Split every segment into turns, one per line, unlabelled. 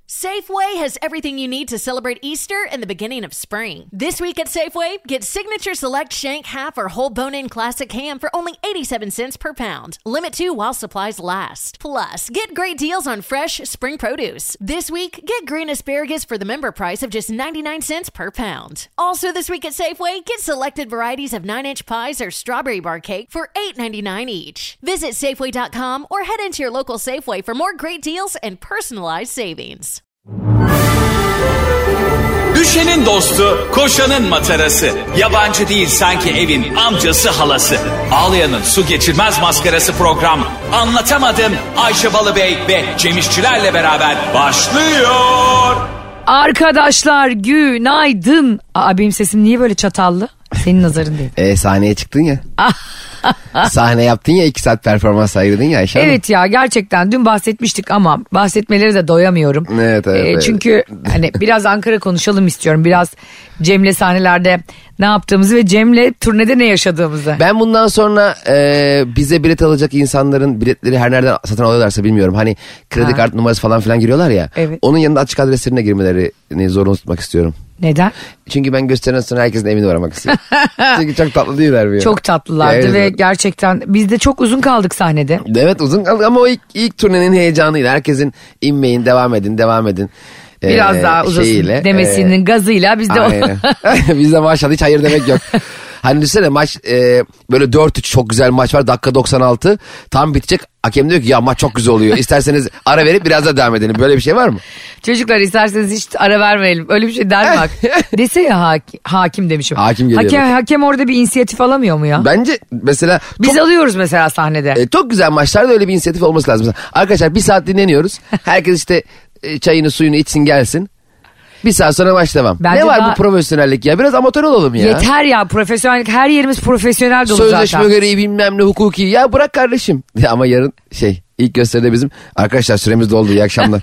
Safeway has everything you need to celebrate Easter and the beginning of spring. This week at Safeway, get Signature Select Shank Half or Whole Bone-In Classic Ham for only 87 cents per pound. Limit 2 while supplies last. Plus, get great deals on fresh spring produce. This week, get green asparagus for the member price of just 99 cents per pound. Also this week at Safeway, get selected varieties of 9-inch pies or strawberry bar cake for $8.99 each. Visit Safeway.com or head into your local Safeway for more great deals and personalized savings.
Düşenin dostu, koşanın matarası. Yabancı değil sanki evin amcası halası. Ağlayanın su geçirmez maskarası program. Anlatamadım Ayşe Balıbey ve Cem İşçilerle beraber başlıyor.
Arkadaşlar günaydın. Benim sesim niye böyle çatallı? Senin nazarın değil.
Sahneye çıktın ya. Sahne yaptın ya, 2 saat performans ayırdın ya Ayşe Hanım.
Evet ya, gerçekten dün bahsetmiştik ama bahsetmeleri de doyamıyorum.
Evet.
Çünkü hani biraz Ankara konuşalım istiyorum. Biraz Cem'le sahnelerde ne yaptığımızı ve Cem'le turnede ne yaşadığımızı.
Ben bundan sonra bize bilet alacak insanların biletleri her nereden satın alıyorlarsa bilmiyorum. Hani kredi kart numarası falan filan giriyorlar ya.
Evet.
Onun yanında açık adreslerine girmelerini zorunlu tutmak istiyorum.
Neden?
Çünkü ben gösteriden sonra herkesin evine uğramak istiyorum. Çünkü çok tatlı değiller bir.
Çok tatlılardı
evet.
Ve gerçekten biz de çok uzun kaldık sahnede.
Evet, uzun kaldık ama o ilk turnenin heyecanıydı. Herkesin inmeyin, devam edin.
Biraz daha uzasın demesinin gazıyla biz de
bizde maşallah hiç hayır demek yok. Hani düşünsene maç böyle 4-3 çok güzel maç var, dakika 96 tam bitecek, hakem diyor ki ya maç çok güzel oluyor, İsterseniz ara verip biraz da devam edelim. Böyle bir şey var mı?
Çocuklar isterseniz hiç ara vermeyelim, öyle bir şey der mi dese ya hakim demişim.
Hakim geliyor.
Hakem orada bir inisiyatif alamıyor mu ya?
Bence mesela
biz alıyoruz mesela sahnede.
Çok güzel maçlarda öyle bir inisiyatif olması lazım. Mesela, arkadaşlar 1 saat dinleniyoruz, herkes işte çayını suyunu içsin gelsin. 1 saat sonra maç devam.
Bence
ne var bu profesyonellik ya? Biraz amatör olalım ya.
Yeter ya, profesyonellik, her yerimiz profesyonel dolu zaten.
Sözleşme gereği bilmem ne hukuki. Ya bırak kardeşim. Ama yarın ilk gösteride bizim arkadaşlar süremiz doldu, iyi akşamlar.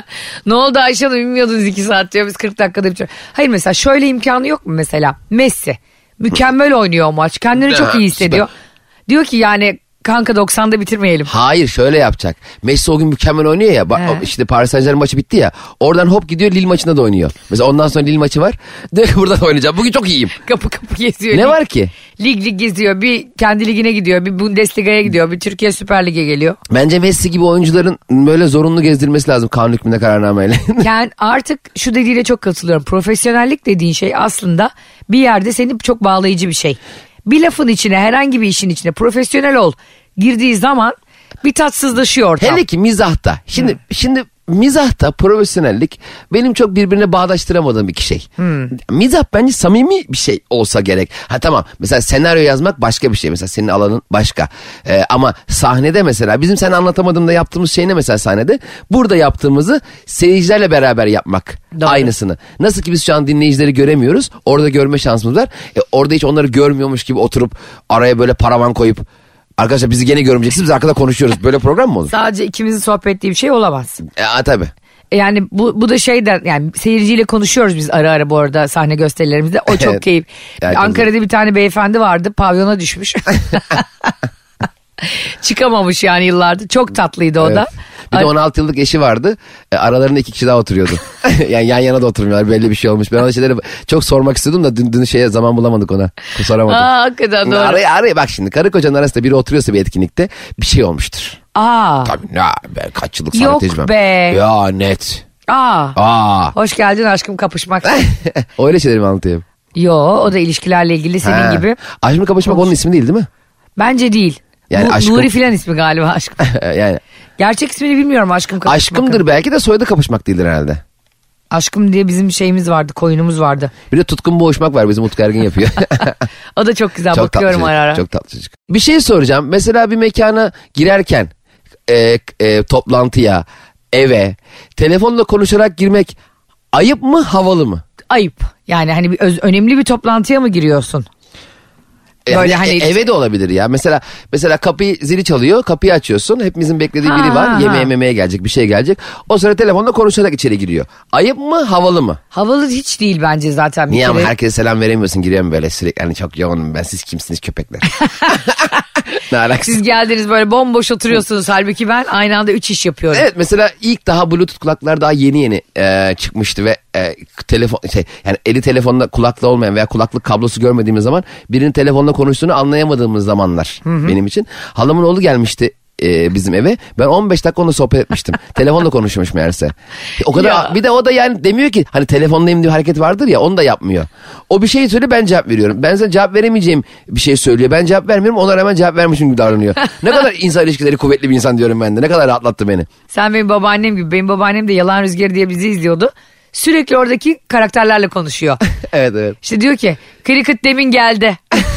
Ne oldu Ayşe Hanım, bilmiyordunuz 2 saat diyor, biz 40 dakikada bitiyor. Hayır, mesela şöyle imkanı yok mu mesela? Messi mükemmel oynuyor o maç, kendini çok iyi hissediyor. Diyor ki yani kanka 90'da bitirmeyelim.
Hayır, şöyle yapacak. Messi o gün mükemmel oynuyor ya. İşte Paris Saint-Germain maçı bitti ya. Oradan hop gidiyor Lille maçında da oynuyor. Mesela ondan sonra Lille maçı var. Diyor ki buradan oynayacağım. Bugün çok iyiyim.
Kapı geziyor.
Ne var ki?
Lig geziyor. Bir kendi ligine gidiyor. Bir Bundesliga'ya gidiyor. Bir Türkiye Süper Lig'e geliyor.
Bence Messi gibi oyuncuların böyle zorunlu gezdirmesi lazım kanun hükmünde, kararnameyle.
Yani artık şu dediğine çok katılıyorum. Profesyonellik dediğin şey aslında bir yerde seni çok bağlayıcı bir şey. Bir lafın içine, herhangi bir işin içine profesyonel ol girdiği zaman bir tatsızlaşıyor ortam.
Hele ki mizahta. Şimdi mizahta profesyonellik benim çok birbirine bağdaştıramadığım bir şey. Mizah bence samimi bir şey olsa gerek. Tamam, mesela senaryo yazmak başka bir şey. Mesela senin alanın başka. Ama sahnede mesela bizim sen anlatamadığımda yaptığımız şey ne mesela sahnede? Burada yaptığımızı seyircilerle beraber yapmak. Doğru. Aynısını. Nasıl ki biz şu an dinleyicileri göremiyoruz. Orada görme şansımız var. Orada hiç onları görmüyormuş gibi oturup araya böyle paravan koyup arkadaşlar bizi gene görmeyeceksiniz, biz arkada konuşuyoruz. Böyle program mı olur?
Sadece ikimizin sohbet ettiği bir şey olamaz.
Tabii.
Yani bu da yani seyirciyle konuşuyoruz biz ara ara bu arada sahne gösterilerimizde. O çok keyif. Yani Ankara'da bir tane beyefendi vardı, pavyona düşmüş. Çıkamamış yani yıllardır. Çok tatlıydı o da.
Bir de 16 yıllık eşi vardı. Aralarında 2 kişi daha oturuyordu. Yani yan yana da oturmuyorlar. Belli bir şey olmuş. Ben o şeyleri çok sormak istiyordum da dün zaman bulamadık ona. Soramadım.
Hakikaten doğru.
Araya bak şimdi, karı kocanın arasında biri oturuyorsa bir etkinlikte bir şey olmuştur. Tabii ben kaç yıllık sahne tecrübem.
Yok be.
Ya net.
Hoş geldin aşkım, kapışmak.
Öyle şeyleri mi anlatayım?
Yo, o da ilişkilerle ilgili senin gibi.
Aşkım kapışmak onun ismi değil mi?
Bence değil.
Yani aşkım...
Nuri filan ismi galiba aşkım.
Yani.
Gerçek ismini bilmiyorum, aşkım kapışmak.
Aşkımdır belki de, soyadı kapışmak değildir herhalde.
Aşkım diye bizim şeyimiz vardı, koyunumuz vardı.
Bir de tutkun boğuşmak var, bizim Utku Ergin yapıyor.
O da çok güzel, çok bakıyorum ara ara.
Çok tatlı çocuk. Bir şey soracağım. Mesela bir mekana girerken toplantıya, eve telefonla konuşarak girmek ayıp mı, havalı mı?
Ayıp. Yani hani önemli bir toplantıya mı giriyorsun? Böyle hani
eve de olabilir ya. Mesela kapıyı zili çalıyor. Kapıyı açıyorsun. Hepimizin beklediği biri var. Yemeğe gelecek, bir şey gelecek. O sırada telefonla konuşarak içeri giriyor. Ayıp mı, havalı mı?
Havalı hiç değil bence zaten.
Niye ama herkese selam veremiyorsun, giriyorum böyle sürekli. Hani çok yoğunum ben, siz kimsiniz köpekler? Ne alakası?
Siz geldiniz böyle bomboş oturuyorsunuz. Halbuki ben aynı anda 3 iş yapıyorum.
Evet, mesela ilk daha Bluetooth kulaklar daha yeni çıkmıştı ve telefon yani eli telefonda kulaklığı olmayan veya kulaklık kablosu görmediğimiz zaman birinin telefonla konuştuğunu anlayamadığımız zamanlar benim için. Halamın oğlu gelmişti bizim eve. Ben 15 dakika onunla sohbet etmiştim. Telefonla konuşmuş meğerse. O kadar
Ya.
Bir de o da yani demiyor ki hani telefondayım diye hareket vardır ya, onu da yapmıyor. O bir şey söyle, ben cevap veriyorum. Ben sana cevap veremeyeceğim bir şey söylüyor. Ben cevap vermiyorum, ona rağmen cevap vermişim gibi davranıyor. Ne kadar insan ilişkileri kuvvetli bir insan diyorum ben de. Ne kadar rahatlattı beni.
Sen benim babaannem gibi. Benim babaannem de Yalan Rüzgarı diye bizi izliyordu. Sürekli oradaki karakterlerle konuşuyor.
Evet.
İşte diyor ki Cricket demin geldi.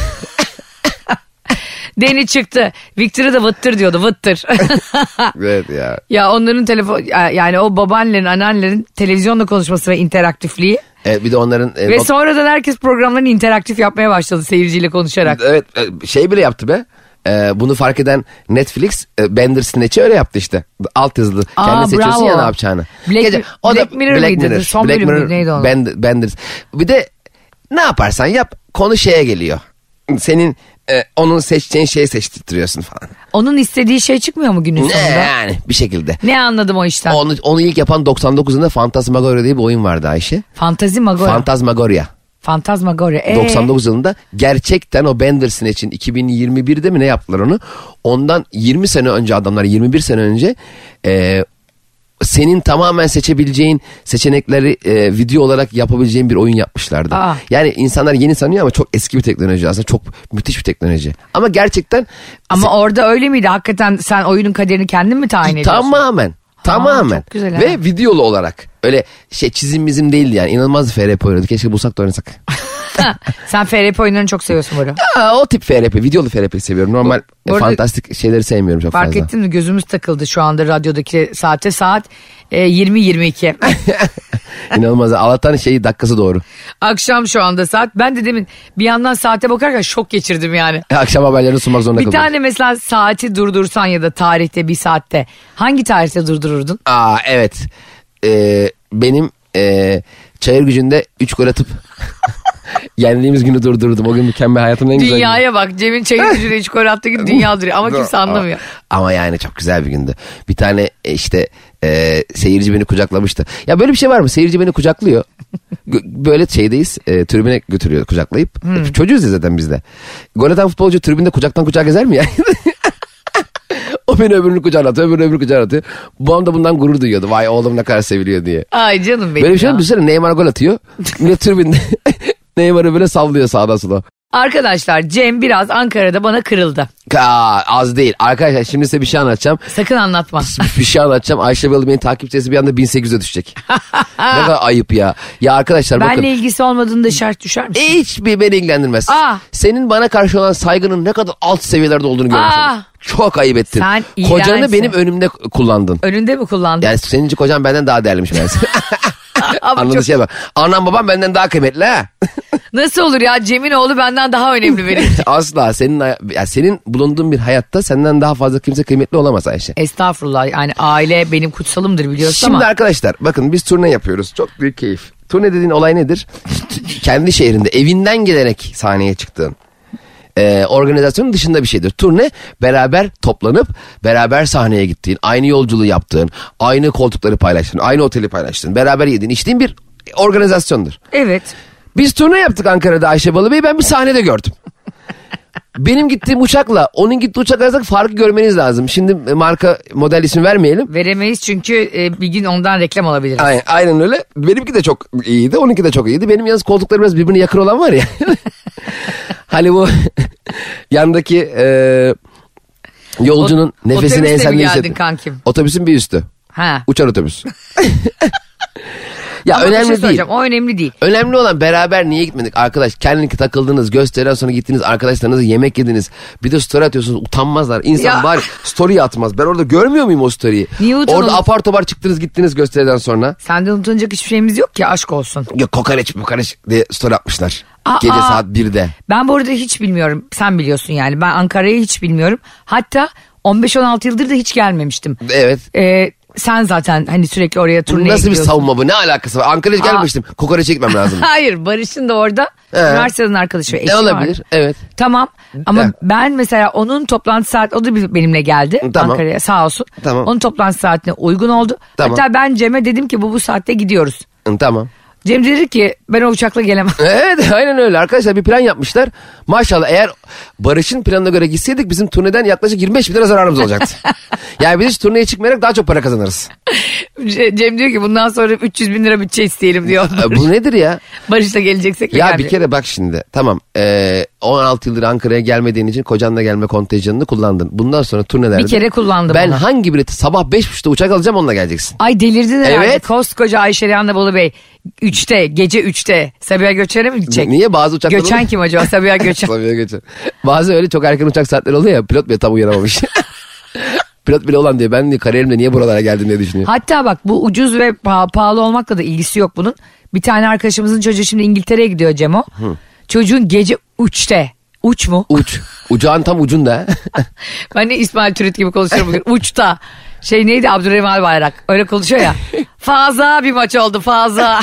Deni çıktı. Victor'a da vıttır diyordu, vıttır.
Evet ya.
Ya onların yani o babaannelerin, anneannelerin televizyonla konuşması ve interaktifliği.
Evet, bir de onların...
Ve sonradan herkes programlarını interaktif yapmaya başladı seyirciyle konuşarak.
Evet, şey bile yaptı be. Bunu fark eden Netflix Bandersnatch'i öyle yaptı işte. Alt yazılı. Kendi seçiyorsun
bravo.
ya ne yapacağını.
Black Mirror mıydı? Son bölüm müydü? Neydi o?
Banders. Bir de ne yaparsan yap konu şeye geliyor. Senin onun seçeceğin şeyi seçtirtiyorsun falan.
Onun istediği şey çıkmıyor mu günün sonunda?
Yani bir şekilde.
Ne anladım o işten?
Onu ilk yapan 99 yılında Phantasmagoria diye bir oyun vardı Ayşe.
Phantasmagoria.
99 yılında gerçekten o Bandersnatch'in 2021'de mi ne yaptılar onu? Ondan 20 sene önce adamlar, 21 sene önce senin tamamen seçebileceğin seçenekleri video olarak yapabileceğin bir oyun yapmışlardı. Yani insanlar yeni sanıyor ama çok eski bir teknoloji, aslında çok müthiş bir teknoloji. Ama gerçekten...
Ama orada öyle miydi? Hakikaten sen oyunun kaderini kendin mi tayin ediyorsun?
Tamamen.
Çok güzel,
ve videolu olarak. Öyle çizim değildi yani. İnanılmaz FRP oynadı. Keşke bulsak da oynasak.
Sen FRP oyunlarını çok seviyorsun böyle.
O tip FRP, videolu FRP seviyorum. Normal fantastik şeyleri sevmiyorum çok
fark
fazla.
Fark ettin mi? Gözümüz takıldı şu anda radyodaki saat 20:22.
İnanılmaz. Allah'tan dakikası doğru.
Akşam şu anda saat. Ben de demin bir yandan saate bakarken şok geçirdim yani.
Akşam haberlerini sunmak zorunda kaldım.
Bir tane mesela saati durdursan ya da tarihte bir saatte hangi tarihte durdururdun?
Evet. Benim Çayır Gücü'nde 3 gol atıp yendiğimiz günü durdurdum. O gün mükemmel, hayatımın en güzel günü.
Dünyaya bak. Cem'in Çayır Gücü'nde 3 gol attığı gün dünya duruyor. Ama kimse anlamıyor.
Ama yani çok güzel bir gündü. Bir tane seyirci beni kucaklamıştı. Ya böyle bir şey var mı? Seyirci beni kucaklıyor. Böyle şeydeyiz. Tribüne götürüyor kucaklayıp. Çocuğuz ya zaten biz de. Gol atan futbolcu tribünde kucaktan kucağa gezer mi ya? O beni öbürünü kucağına atıyor, öbürünü kucağına atıyor. Babam da bundan gurur duyuyordu. Vay oğlum ne kadar seviliyor diye.
Ay canım benim.
Böyle bir şey mi? Düşünsene, Neymar gol atıyor. Millet tribünde Neymar'ı böyle sallıyor sağdan sola.
Arkadaşlar Cem biraz Ankara'da bana kırıldı.
Az değil. Arkadaşlar şimdi size bir şey anlatacağım.
Sakın anlatma.
Bir şey anlatacağım. Ayşe Balı beni takip sayısı bir anda 1800'e düşecek. Ne kadar ayıp ya. Ya arkadaşlar bakın.
Benle ilgisi olmadığında şart düşer misin?
Hiçbir beni ilgilendirmez. Senin bana karşı olan saygının ne kadar alt seviyelerde olduğunu görmüşsün. Çok ayıp ettin.
Sen
kocanı benim önümde kullandın.
Önünde mi kullandın?
Yani senin için kocan benden daha değerliymiş meğerse. Anladığın şeye bak. Anam babam benden daha kıymetli ha.
Nasıl olur ya, Cem'in oğlu benden daha önemli benim.
Asla. Senin bulunduğun bir hayatta senden daha fazla kimse kıymetli olamaz Ayşe.
Estağfurullah, yani aile benim kutsalımdır biliyorsun.
Şimdi arkadaşlar bakın, biz turne yapıyoruz. Çok büyük keyif. Turne dediğin olay nedir? Kendi şehrinde evinden gelerek sahneye çıktığın. Organizasyonun dışında bir şeydir. Turne beraber toplanıp beraber sahneye gittiğin, aynı yolculuğu yaptığın, aynı koltukları paylaştığın, aynı oteli paylaştığın, beraber yediğin, içtiğin bir organizasyondur.
Evet.
Biz turne yaptık Ankara'da Ayşe Balıbey'i, ben bir sahnede gördüm. Benim gittiğim uçakla onun gittiği uçak arasındaki farkı görmeniz lazım. Şimdi marka model ismi vermeyelim.
Veremeyiz çünkü bir gün ondan reklam alabiliriz.
Aynen öyle. Benimki de çok iyiydi, onunki de çok iyiydi. Benim yalnız koltuklarım biraz birbirine yakın olan var ya. Hani bu yandaki yolcunun nefesini ensende hissettim. Otobüsün bir üstü. Uçan otobüs. Ya ama önemli değil.
O önemli değil.
Önemli olan beraber niye gitmedik arkadaş? Kendinize takıldınız, gösteriden sonra gittiniz, arkadaşlarınızla yemek yediniz. Bir de story atıyorsunuz, utanmazlar. İnsan bari story atmaz. Ben orada görmüyor muyum o story'yi?
Niye utanın?
Orada apar topar çıktınız gittiniz gösteriden sonra.
Senden utanacak hiçbir şeyimiz yok ki, aşk olsun.
Yok, kokoreç diye story atmışlar. Gece saat 1'de.
Ben bu arada hiç bilmiyorum. Sen biliyorsun yani. Ben Ankara'yı hiç bilmiyorum. Hatta 15-16 yıldır da hiç gelmemiştim.
Evet.
Sen zaten hani sürekli oraya turneye gidiyorsun.
Nasıl bir savunma bu? Ne alakası var? Ankara'ya gelmemiştim. Kokoreç çekmem lazım.
Hayır, Barış'ın da orada üniversiteden arkadaşı ve eşi
Ne olabilir?
var.
Evet.
Tamam ama ben mesela onun toplantı saat, o da benimle geldi Ankara'ya, sağ olsun.
Tamam.
Onun toplantı saatine uygun oldu.
Tamam.
Hatta ben Cem'e dedim ki bu saatte gidiyoruz.
Tamam.
Cem dedi ki ben o uçakla gelemem.
Evet, aynen öyle. Arkadaşlar bir plan yapmışlar. Maşallah, eğer Barış'ın planına göre gitseydik bizim turneden yaklaşık 25 bin lira zararımız olacaktı. Yani biz hiç turneye çıkmayarak daha çok para kazanırız.
Cem diyor ki bundan sonra 300 bin lira bütçe isteyelim diyor.
Bu nedir ya?
Barış'la geleceksek.
Ya bir kere bak şimdi, tamam, 16 yıldır Ankara'ya gelmediğin için kocanla gelme kontenjanını kullandın. Bundan sonra turnelerde
bir kere kullandım
ben
onu.
hangi bileti sabah 5.30'da uçak alacağım, onunla geleceksin.
Ay delirdin herhalde.
Evet.
Koskoca Ayşe Rihanna Bolu Bey 3'te, gece 3'te Sabiha Göçer'e mi gidecek?
Niye bazı uçaklar
Göçen kim acaba? Sabiha Göçen.
Sabiha Göçen. Bazı öyle çok erken uçak saatleri oluyor ya, pilot bile tam uyanamamış. Pilot bile olan diye ben de kariyerimde niye buralara geldim diye düşünüyorum.
Hatta bak bu ucuz ve pahalı olmakla da ilgisi yok bunun. Bir tane arkadaşımızın çocuğu şimdi İngiltere'ye gidiyor Cemo. Çocuğun gece 3'te. Uç mu?
Uç. Ucağın tam ucunda.
Ben de İsmail Türüt gibi konuşuyorum bugün. Uçta. Şey neydi, Abdurrahim Albayrak. Öyle konuşuyor ya. Fazla bir maç oldu, fazla.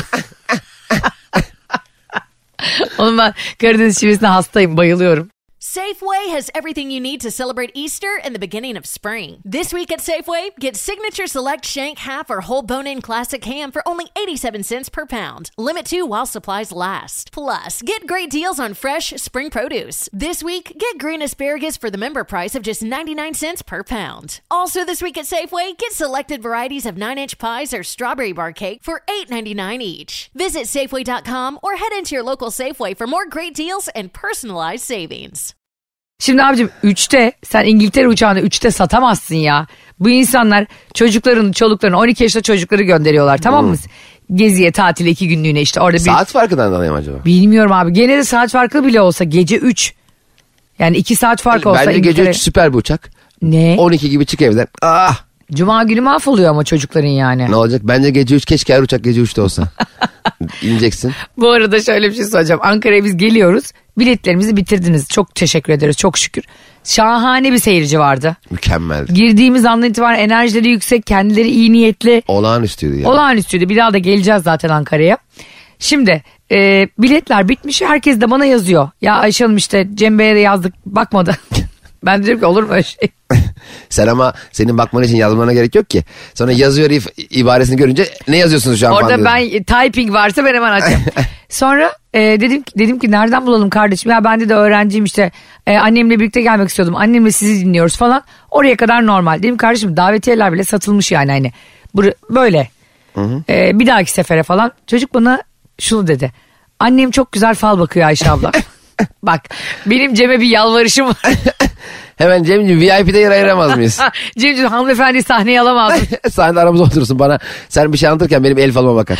Onun ben Karadeniz şivesine hastayım, bayılıyorum.
Safeway has everything you need to celebrate Easter and the beginning of spring. This week at Safeway, get Signature Select Shank Half or Whole Bone-In Classic Ham for only 87 cents per pound. Limit 2 while supplies last. Plus, get great deals on fresh spring produce. This week, get green asparagus for the member price of just 99 cents per pound. Also this week at Safeway, get selected varieties of 9-inch pies or strawberry bar cake for $8.99 each. Visit Safeway.com or head into your local Safeway for more great deals and personalized savings.
Şimdi abicim 3'te sen İngiltere uçağını 3'te satamazsın ya. Bu insanlar çocuklarını, çoluklarını, 12 yaşında çocukları gönderiyorlar, tamam mı? Geziye, tatile 2 günlüğüne işte orada bir...
Saat farkından dolayı mı acaba?
Bilmiyorum abi. Gene de saat farkı bile olsa gece 3. Yani 2 saat fark olsa
Bence
İngiltere...
gece 3 süper bir uçak.
Ne?
12 gibi çık evden.
Cuma günü mahvoluyor ama çocukların yani.
Ne olacak? Bence gece 3, keşke her uçak gece 3'te olsa. İneceksin.
Bu arada şöyle bir şey söyleyeceğim. Ankara'ya biz geliyoruz. Biletlerimizi bitirdiniz. Çok teşekkür ederiz. Çok şükür. Şahane bir seyirci vardı.
Mükemmel.
Girdiğimiz andan itibaren enerjileri yüksek. Kendileri iyi niyetli.
Olağanüstüydü yani.
Olağanüstüydü. Bir daha da geleceğiz zaten Ankara'ya. Şimdi biletler bitmiş. Herkes de bana yazıyor. Ya Ayşe Hanım işte Cem Bey'e de yazdık. Bakmadı. Ben dedim ki olur mu öyle şey?
Sen ama senin bakman için yazmana gerek yok ki. Sonra yazıyor ibaresini görünce ne yazıyorsunuz şu an
orada
falan
ben typing varsa ben hemen açayım. Sonra dedim ki nereden bulalım kardeşim? Ya ben de öğrenciyim işte. Annemle birlikte gelmek istiyordum. Annemle sizi dinliyoruz falan. Oraya kadar normal. Dedim kardeşim davetiyeler bile satılmış yani hani. Böyle. Bir dahaki sefere falan. Çocuk bana şunu dedi. Annem çok güzel fal bakıyor Ayşe abla. Bak benim Cem'e bir yalvarışım var.
Hemen Cem'ciğim VIP'de yer ayıramaz mıyız?
Cem'ciğim hanımefendi sahneye alamaz mı?
Sahnede aramızda oturursun, bana sen bir şey anlatırken benim el falıma bakar.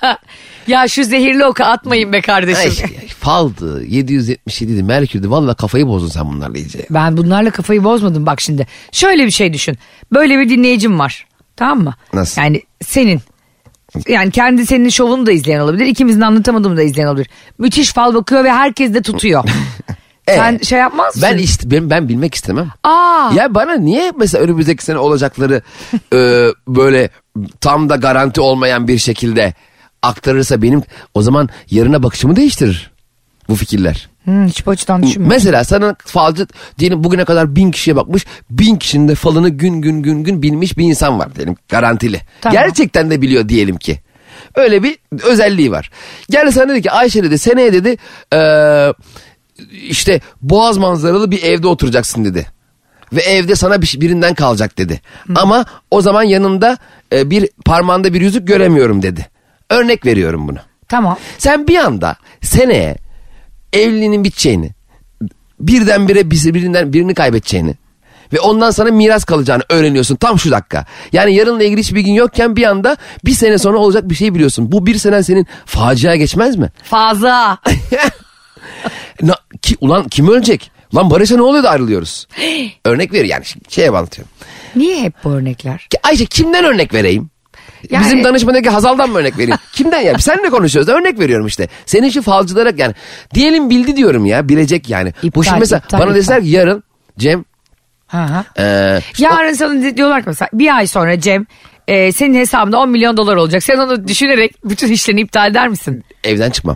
Ya şu zehirli oku atmayın be kardeşim.
Faldı 777'di Merkür'dü, valla kafayı bozdun sen bunlarla iyice.
Ben bunlarla kafayı bozmadım bak şimdi. Şöyle bir şey düşün. Böyle bir dinleyicim var, tamam mı?
Nasıl?
Yani senin. Yani kendi senin şovunu da izleyen olabilir. İkimizin anlatamadığımı da izleyen olabilir. Müthiş fal bakıyor ve herkes de tutuyor. Sen şey yapmaz mısın?
Ben bilmek istemem.
Aa.
Ya bana niye mesela önümüzdeki sene olacakları böyle tam da garanti olmayan bir şekilde aktarırsa benim o zaman yarına bakışımı değiştirir bu fikirler.
Hiç bu açıdan düşünmüyorum.
Mesela sana falcı diyelim bugüne kadar 1000 kişiye bakmış, 1000 kişinin de falını gün bilmiş bir insan var diyelim, garantili.
Tamam.
Gerçekten de biliyor diyelim ki. Öyle bir özelliği var. Geldi sana dedi ki Ayşe dedi seneye dedi işte boğaz manzaralı bir evde oturacaksın dedi. Ve evde sana birinden kalacak dedi. Ama o zaman yanında bir parmağında bir yüzük göremiyorum dedi. Örnek veriyorum bunu.
Tamam.
Sen bir anda seneye evliliğinin biteceğini, birdenbire birini kaybedeceğini ve ondan sana miras kalacağını öğreniyorsun tam şu dakika. Yani yarınla ilgili hiçbir gün yokken bir anda bir sene sonra olacak bir şey biliyorsun. Bu bir senen senin facia geçmez mi?
Fazla.
Ulan kim ölecek? Ulan Barış'a ne oluyor da ayrılıyoruz? Örnek ver yani şeye anlatıyorum.
Niye hep bu örnekler?
Ayşe kimden örnek vereyim?
Yani-
Bizim danışmandaki Hazal'dan mı örnek vereyim? Kimden ya? Seninle konuşuyoruz. Örnek veriyorum işte. Senin şu falcılara yani. Diyelim bildi diyorum ya. Bilecek yani. Bu şimdi mesela bana deseler ki yarın Cem.
Ha. Yarın sana diyorlar ki mesela bir ay sonra Cem senin hesabında 10 milyon dolar olacak. Sen onu düşünerek bütün işlerini iptal eder misin?
Evden çıkmam.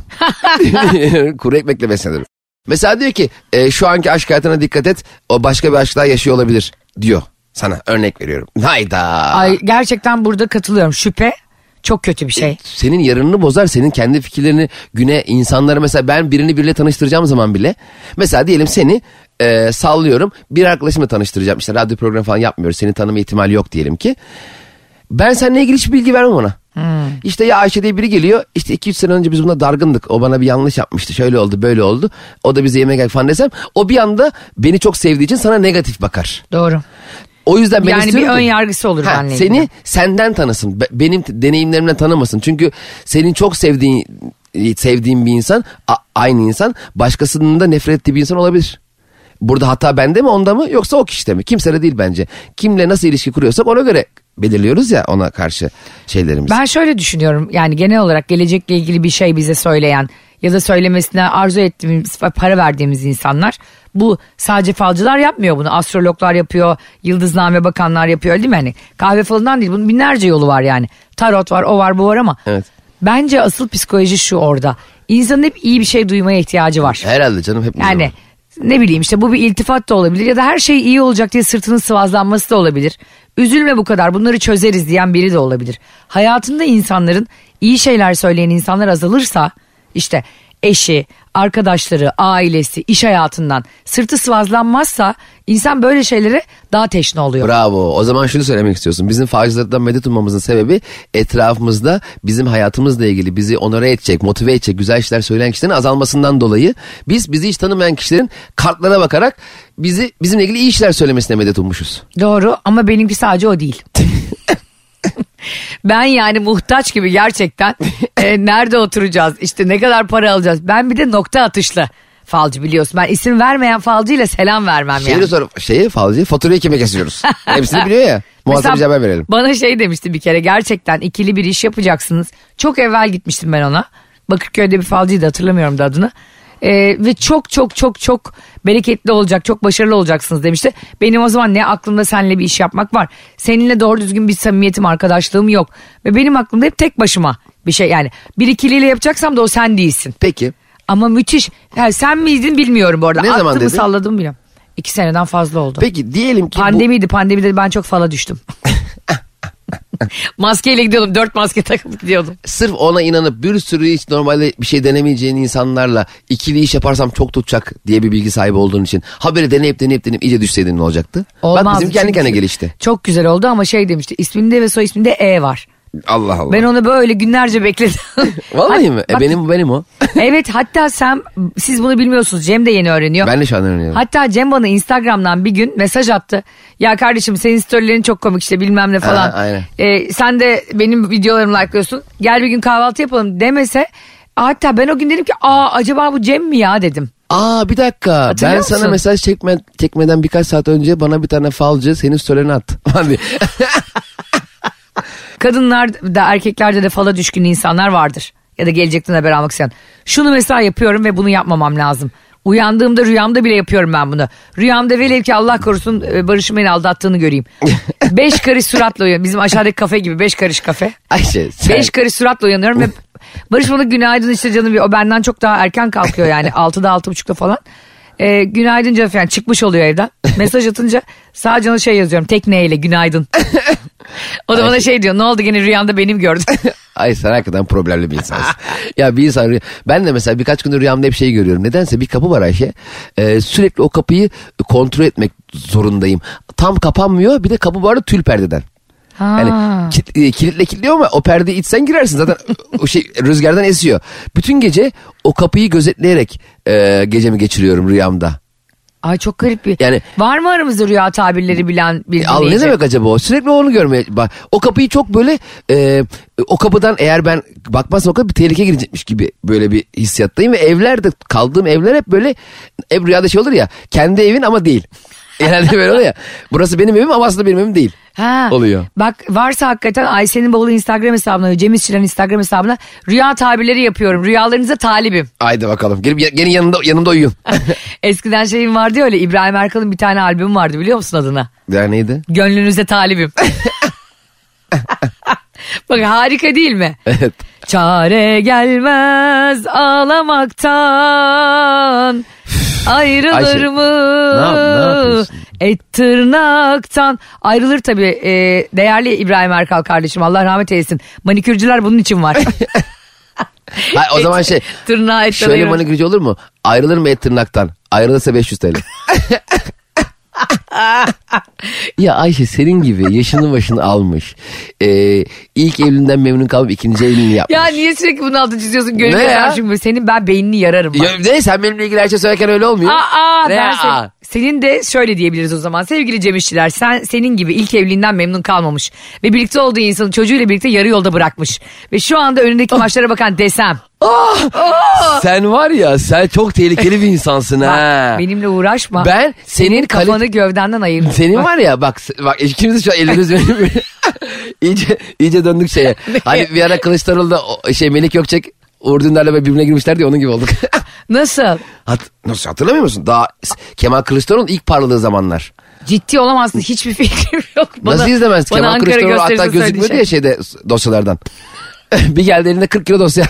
Kuru ekmekle beslenirim. Mesela diyor ki şu anki aşk hayatına dikkat et. O başka bir aşklar yaşıyor olabilir diyor. Sana örnek veriyorum. Hayda.
Ay, gerçekten burada katılıyorum. Şüphe çok kötü bir şey.
Senin yarınını bozar. Senin kendi fikirlerini güne insanlara mesela ben birini biriyle tanıştıracağım zaman bile. Mesela diyelim seni sallıyorum bir arkadaşımla tanıştıracağım. İşte radyo programı falan yapmıyoruz. Seni tanıma ihtimali yok diyelim ki. Ben seninle ilgili hiçbir bilgi vermem ona. İşte ya Ayşe diye biri geliyor. İşte 2-3 sene önce biz buna dargındık. O bana bir yanlış yapmıştı. Şöyle oldu böyle oldu. O da bize yemek geldi falan desem. O bir anda beni çok sevdiği için sana negatif bakar.
Doğru.
O yüzden ben
yani
istiyorum
bir ön
ki,
yargısı olur benimle
seni
ilgili.
senden tanısın. Benim deneyimlerimden tanımasın. Çünkü senin çok sevdiğin bir insan aynı insan başkasının da nefret ettiği bir insan olabilir. Burada hata bende mi onda mı yoksa o kişide mi? Kimse de değil bence. Kimle nasıl ilişki kuruyorsak ona göre belirliyoruz ya ona karşı şeylerimizi.
Ben şöyle düşünüyorum yani genel olarak gelecekle ilgili bir şey bize söyleyen ya da söylemesine arzu ettiğimiz para verdiğimiz insanlar bu sadece falcılar yapmıyor bunu. Astrologlar yapıyor, yıldızname bakanlar yapıyor değil mi? Hani kahve falından değil bunun binlerce yolu var yani. Tarot var o var bu var ama
Evet.
bence asıl psikoloji şu orada. İnsanın hep iyi bir şey duymaya ihtiyacı var.
Herhalde canım hep
Yani ne bileyim işte bu bir iltifat da olabilir ya da her şey iyi olacak diye sırtının sıvazlanması da olabilir. Üzülme bu kadar bunları çözeriz diyen biri de olabilir. Hayatında insanların iyi şeyler söyleyen insanlar azalırsa işte eşi, arkadaşları, ailesi, iş hayatından sırtı sıvazlanmazsa insan böyle şeylere daha teşne oluyor.
Bravo. O zaman şunu söylemek istiyorsun. Bizim falcılardan medet ummamızın sebebi etrafımızda bizim hayatımızla ilgili bizi onore edecek, motive edecek güzel işler söyleyen kişilerin azalmasından dolayı bizi hiç tanımayan kişilerin kartlara bakarak bizimle ilgili iyi işler söylemesine medet ummuşuz.
Doğru ama benimki sadece o değil. Ben yani muhtaç gibi gerçekten nerede oturacağız işte ne kadar para alacağız. Ben bir de nokta atışlı falcı biliyorsun. Ben isim vermeyen falcıyla selam vermem yani.
Falcı faturayı kime kesiyoruz? Hepsini biliyor ya. Muhasebeci haber verelim.
Bana şey demişti bir kere gerçekten ikili bir iş yapacaksınız. Çok evvel gitmiştim ben ona. Bakırköy'de bir falcıydı hatırlamıyorum da adını. Ve çok bereketli olacak, çok başarılı olacaksınız demişti. Benim o zaman ne aklımda seninle bir iş yapmak var. Seninle doğru düzgün bir samimiyetim, arkadaşlığım yok. Ve benim aklımda hep tek başıma bir şey yani. Bir ikiliyle yapacaksam da o sen değilsin.
Peki.
Ama müthiş. Yani sen miydin bilmiyorum bu arada.
Ne zaman dedin?
Salladım bile. 2 seneden fazla oldu.
Peki diyelim ki
Pandemide ben çok fala düştüm. Maskeyle gidiyordum. 4 maske takıp gidiyordum.
Sırf ona inanıp bir sürü hiç normalde bir şey denemeyeceğin insanlarla ikili iş yaparsam çok tutacak diye bir bilgi sahibi olduğun için haberi deneyip iyice düşseydin ne olacaktı?
Olmazdı.
Bak bizim kendi kendine gelişti.
Çok güzel oldu ama şey demişti isminde ve soy isminde E var.
Allah Allah.
Ben onu böyle günlerce bekledim.
Vallahi mi?
Bak,
Benim o.
Evet hatta siz bunu bilmiyorsunuz. Cem de yeni öğreniyor.
Ben de şu an öğreniyorum.
Hatta Cem bana Instagram'dan bir gün mesaj attı. Ya kardeşim senin storylerin çok komik işte bilmem ne falan.
Aynen.
Sen de benim videolarımı like'lıyorsun. Gel bir gün kahvaltı yapalım demese. Hatta ben o gün dedim ki acaba bu Cem mi ya dedim.
Bir dakika.
Hatırlıyor
Ben
musun?
sana mesaj çekmeden birkaç saat önce bana bir tane falcı senin storylerini attı.
Kadınlar da erkeklerde de fala düşkün insanlar vardır. Ya da gelecekten haber almak isteyen. Şunu mesela yapıyorum ve bunu yapmamam lazım. Uyandığımda rüyamda bile yapıyorum ben bunu. Rüyamda velev ki Allah korusun Barış'ın beni aldattığını göreyim. 5 karış suratla uyanıyorum. Bizim aşağıdaki kafe gibi 5 karış kafe.
Ayşe
5 karış suratla uyanıyorum ve Barış bana günaydın işte canım. O benden çok daha erken kalkıyor yani 6'da 6.30'da falan. Günaydın canım falan çıkmış oluyor evden. Mesaj atınca sadece ona şey yazıyorum tekneyle günaydın. O da bana şey diyor ne oldu gene rüyanda benim gördün.
Ay sen hakikaten problemli bir insansın. Ya bir insan ben de mesela birkaç gündür rüyamda hep şey görüyorum. Nedense bir kapı var Ayşe. Sürekli o kapıyı kontrol etmek zorundayım. Tam kapanmıyor bir de kapı bu arada tül perdeden. Yani kilitliyor ama o perdeyi içsen girersin zaten o şey rüzgardan esiyor. Bütün gece o kapıyı gözetleyerek gecemi geçiriyorum rüyamda.
Ay çok garip bir.
Yani,
var mı aramızda rüya tabirleri bilen bir dinleyici?
Ne demek acaba o? Sürekli onu görmeye bak. O kapıyı çok böyle o kapıdan eğer ben bakmazsam o kadar bir tehlike girecekmiş gibi böyle bir hissiyattayım ve evlerde kaldığım evler hep böyle rüyada şey olur ya kendi evin ama değil. Genelde böyle oluyor ya. Burası benim evim ama aslında benim evim değil.
Ha.
Oluyor.
Bak varsa hakikaten Ayşe'nin bavulu Instagram hesabına, Cem İşçilerin Instagram hesabına rüya tabirleri yapıyorum. Rüyalarınıza talibim.
Haydi bakalım. Gelin yanımda uyuyun.
Eskiden şeyim vardı ya öyle, İbrahim Erkal'ın bir tane albümü vardı, biliyor musun adına?
Ya neydi?
Gönlünüze talibim. Bak harika değil mi?
Evet.
Çare gelmez ağlamaktan, ayrılır
Ayşe,
mı
ne yapıyorsun?
et tırnaktan. Ayrılır tabii, değerli İbrahim Erkal kardeşim, Allah rahmet eylesin. Manikürcüler bunun için var.
Ha, o zaman
tırnağı etten
şöyle
ayırır.
manikürcü olur mu? Ayrılır mı et tırnaktan? Ayrılırsa 500 TL. Ya Ayşe, senin gibi yaşını başını almış, ilk evliliğinden memnun kalıp ikinci evliliğini yapmış.
Ya niye sürekli bunun altını çiziyorsun?
Ne
Gönül
ya?
karşım, senin ben beynini yararım.
Ya, ne, sen benimle ilgili her şey söylerken öyle olmuyor. Ne
Ben
ya?
senin de şöyle diyebiliriz o zaman. Sevgili Cem İşçiler, senin gibi ilk evliliğinden memnun kalmamış ve birlikte olduğu insanı çocuğuyla birlikte yarı yolda bırakmış ve şu anda önündeki maçlara bakan desem.
Sen var ya, sen çok tehlikeli bir insansın ha.
Bak, benimle uğraşma.
Ben senin
kafanı gövdenden ayırdım.
Senin var ya, bak ikimiz de şu an ellerimiz iyice döndük şeye. Hani bir ara Kılıçdaroğlu'da Melik Gökçek, Uğur Dündar'la birbirine girmişler diye onun gibi olduk.
Nasıl?
Nasıl, hatırlamıyor musun? Daha Kemal Kılıçdaroğlu'nun ilk parladığı zamanlar.
Ciddi olamazsın, hiçbir fikrim yok.
Nasıl izlemez? Kemal Kılıçdaroğlu hatta gözükmüyordu ya şeyde, dosyalardan. Bir geldi elinde 40 kilo dosya.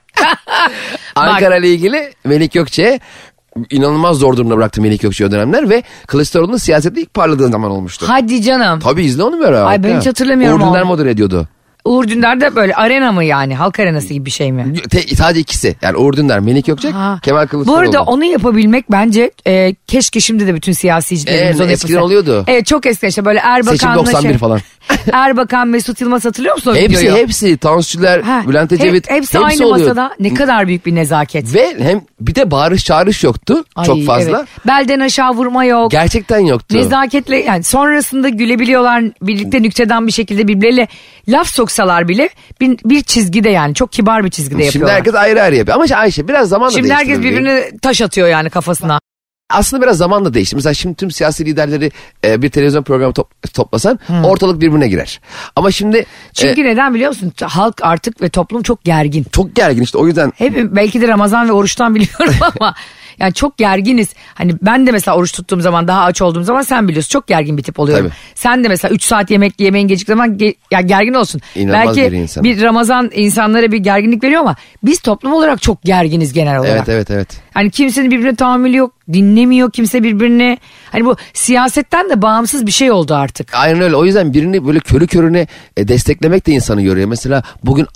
Ankara ile ilgili Melik Gökçek'e inanılmaz zor durumda bıraktı Melik Gökçek'i o dönemler ve Kılıçdaroğlu'nun siyasette ilk parladığı zaman olmuştu.
Hadi canım.
Tabii, izle onu böyle.
Ay, ben hiç hatırlamıyorum
Uğur Dündar
onu.
model ediyordu.
Uğur Dündar da böyle arena mı yani? Halk arenası gibi bir şey mi?
Sadece ikisi. Yani Uğur Dündar, Melik Gökçek, Kemal Kılıçdaroğlu.
Bu arada onu yapabilmek bence keşke şimdi de bütün siyasicilerimiz onu
eskiden
yapılsa.
oluyordu.
Evet, çok eskiden işte böyle
Seçim
Erbakan'la
91 falan.
Erbakan, Mesut Yılmaz, hatırlıyor musun o videoyu?
Hepsi. Tansuçiler, Bülent Ecevit.
Hepsi aynı
oluyor.
masada. Ne kadar büyük bir nezaket.
Ve hem bir de bağırış çağırış yoktu.
Ay,
çok fazla.
evet. Belden aşağı vurma yok.
Gerçekten yoktu.
Nezaketle, yani sonrasında gülebiliyorlar, birlikte nükteden bir şekilde birbirleriyle laf soksalar bile bir çizgide, yani çok kibar bir çizgide
Şimdi
yapıyorlar.
herkes ayrı ayrı yapıyor. Ama Ayşe biraz zamanla
Şimdi
değişti.
herkes birbirine taş atıyor yani kafasına.
Aslında biraz zamanla değişti. Mesela şimdi tüm siyasi liderleri bir televizyon programı toplasan ortalık birbirine girer. Ama şimdi...
Çünkü neden biliyor musun? Halk artık ve toplum çok gergin.
Çok gergin işte, o yüzden...
Hep belki de Ramazan ve oruçtan biliyorum ama yani çok gerginiz. Hani ben de mesela oruç tuttuğum zaman, daha aç olduğum zaman, sen biliyorsun çok gergin bir tip oluyorum.
Tabii.
Sen de mesela 3 saat yemeğin geciktiği zaman gergin olsun.
İnanılmaz
belki
bir insan.
bir Ramazan insanlara bir gerginlik veriyor ama biz toplum olarak çok gerginiz genel olarak.
Evet.
Hani kimsenin birbirine tahammülü yok, dinlemiyor kimse birbirini. Hani bu siyasetten de bağımsız bir şey oldu artık.
Aynen öyle. O yüzden birini böyle körü körüne desteklemek de insanı yoruyor. Mesela bugün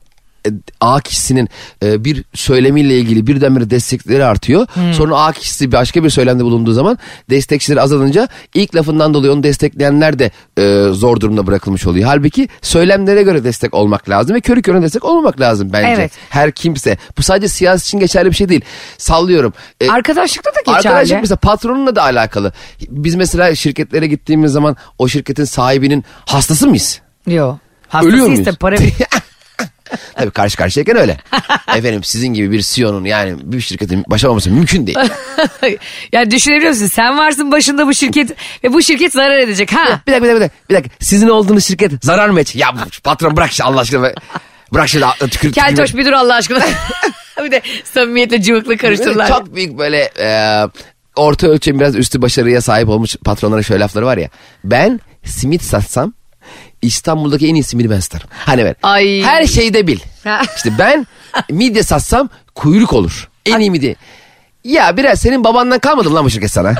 A kişisinin bir söylemiyle ilgili birdenbire destekleri artıyor. Sonra A kişisi başka bir söylemde bulunduğu zaman destekçileri azalınca ilk lafından dolayı onu destekleyenler de zor durumda bırakılmış oluyor. Halbuki söylemlere göre destek olmak lazım ve körü körüne destek olmamak lazım bence.
Evet.
Her kimse. Bu sadece siyasi için geçerli bir şey değil. Sallıyorum.
Arkadaşlıkta da geçerli.
Arkadaşlık mesela patronunla da alakalı. Biz mesela şirketlere gittiğimiz zaman o şirketin sahibinin hastası mıyız?
Yok.
Ölüyor
Hastasıyız
muyuz?
da para
Tabii karşı karşıyayken öyle. Efendim, sizin gibi bir CEO'nun yani bir şirketin başlamaması mümkün değil.
Yani düşünebiliyor musun? Sen varsın başında bu şirket ve bu şirket zarar edecek ha.
Bir dakika. Sizin olduğunuz şirket zarar mı edecek? Ya patron bırak işte Allah aşkına. Bırak şimdi tükür.
Keltoş bir dur Allah aşkına. Bir de samimiyetle cıvıklı karıştırırlar.
Çok büyük böyle orta ölçeğin biraz üstü başarıya sahip olmuş patronlara şöyle lafları var ya. Ben simit satsam İstanbul'daki en iyi simidi ben satarım. Hani ben her şeyde bil. İşte ben midye satsam kuyruk olur. En iyi midye. Ya biraz senin babandan kalmadı mı lan bu şirket sana?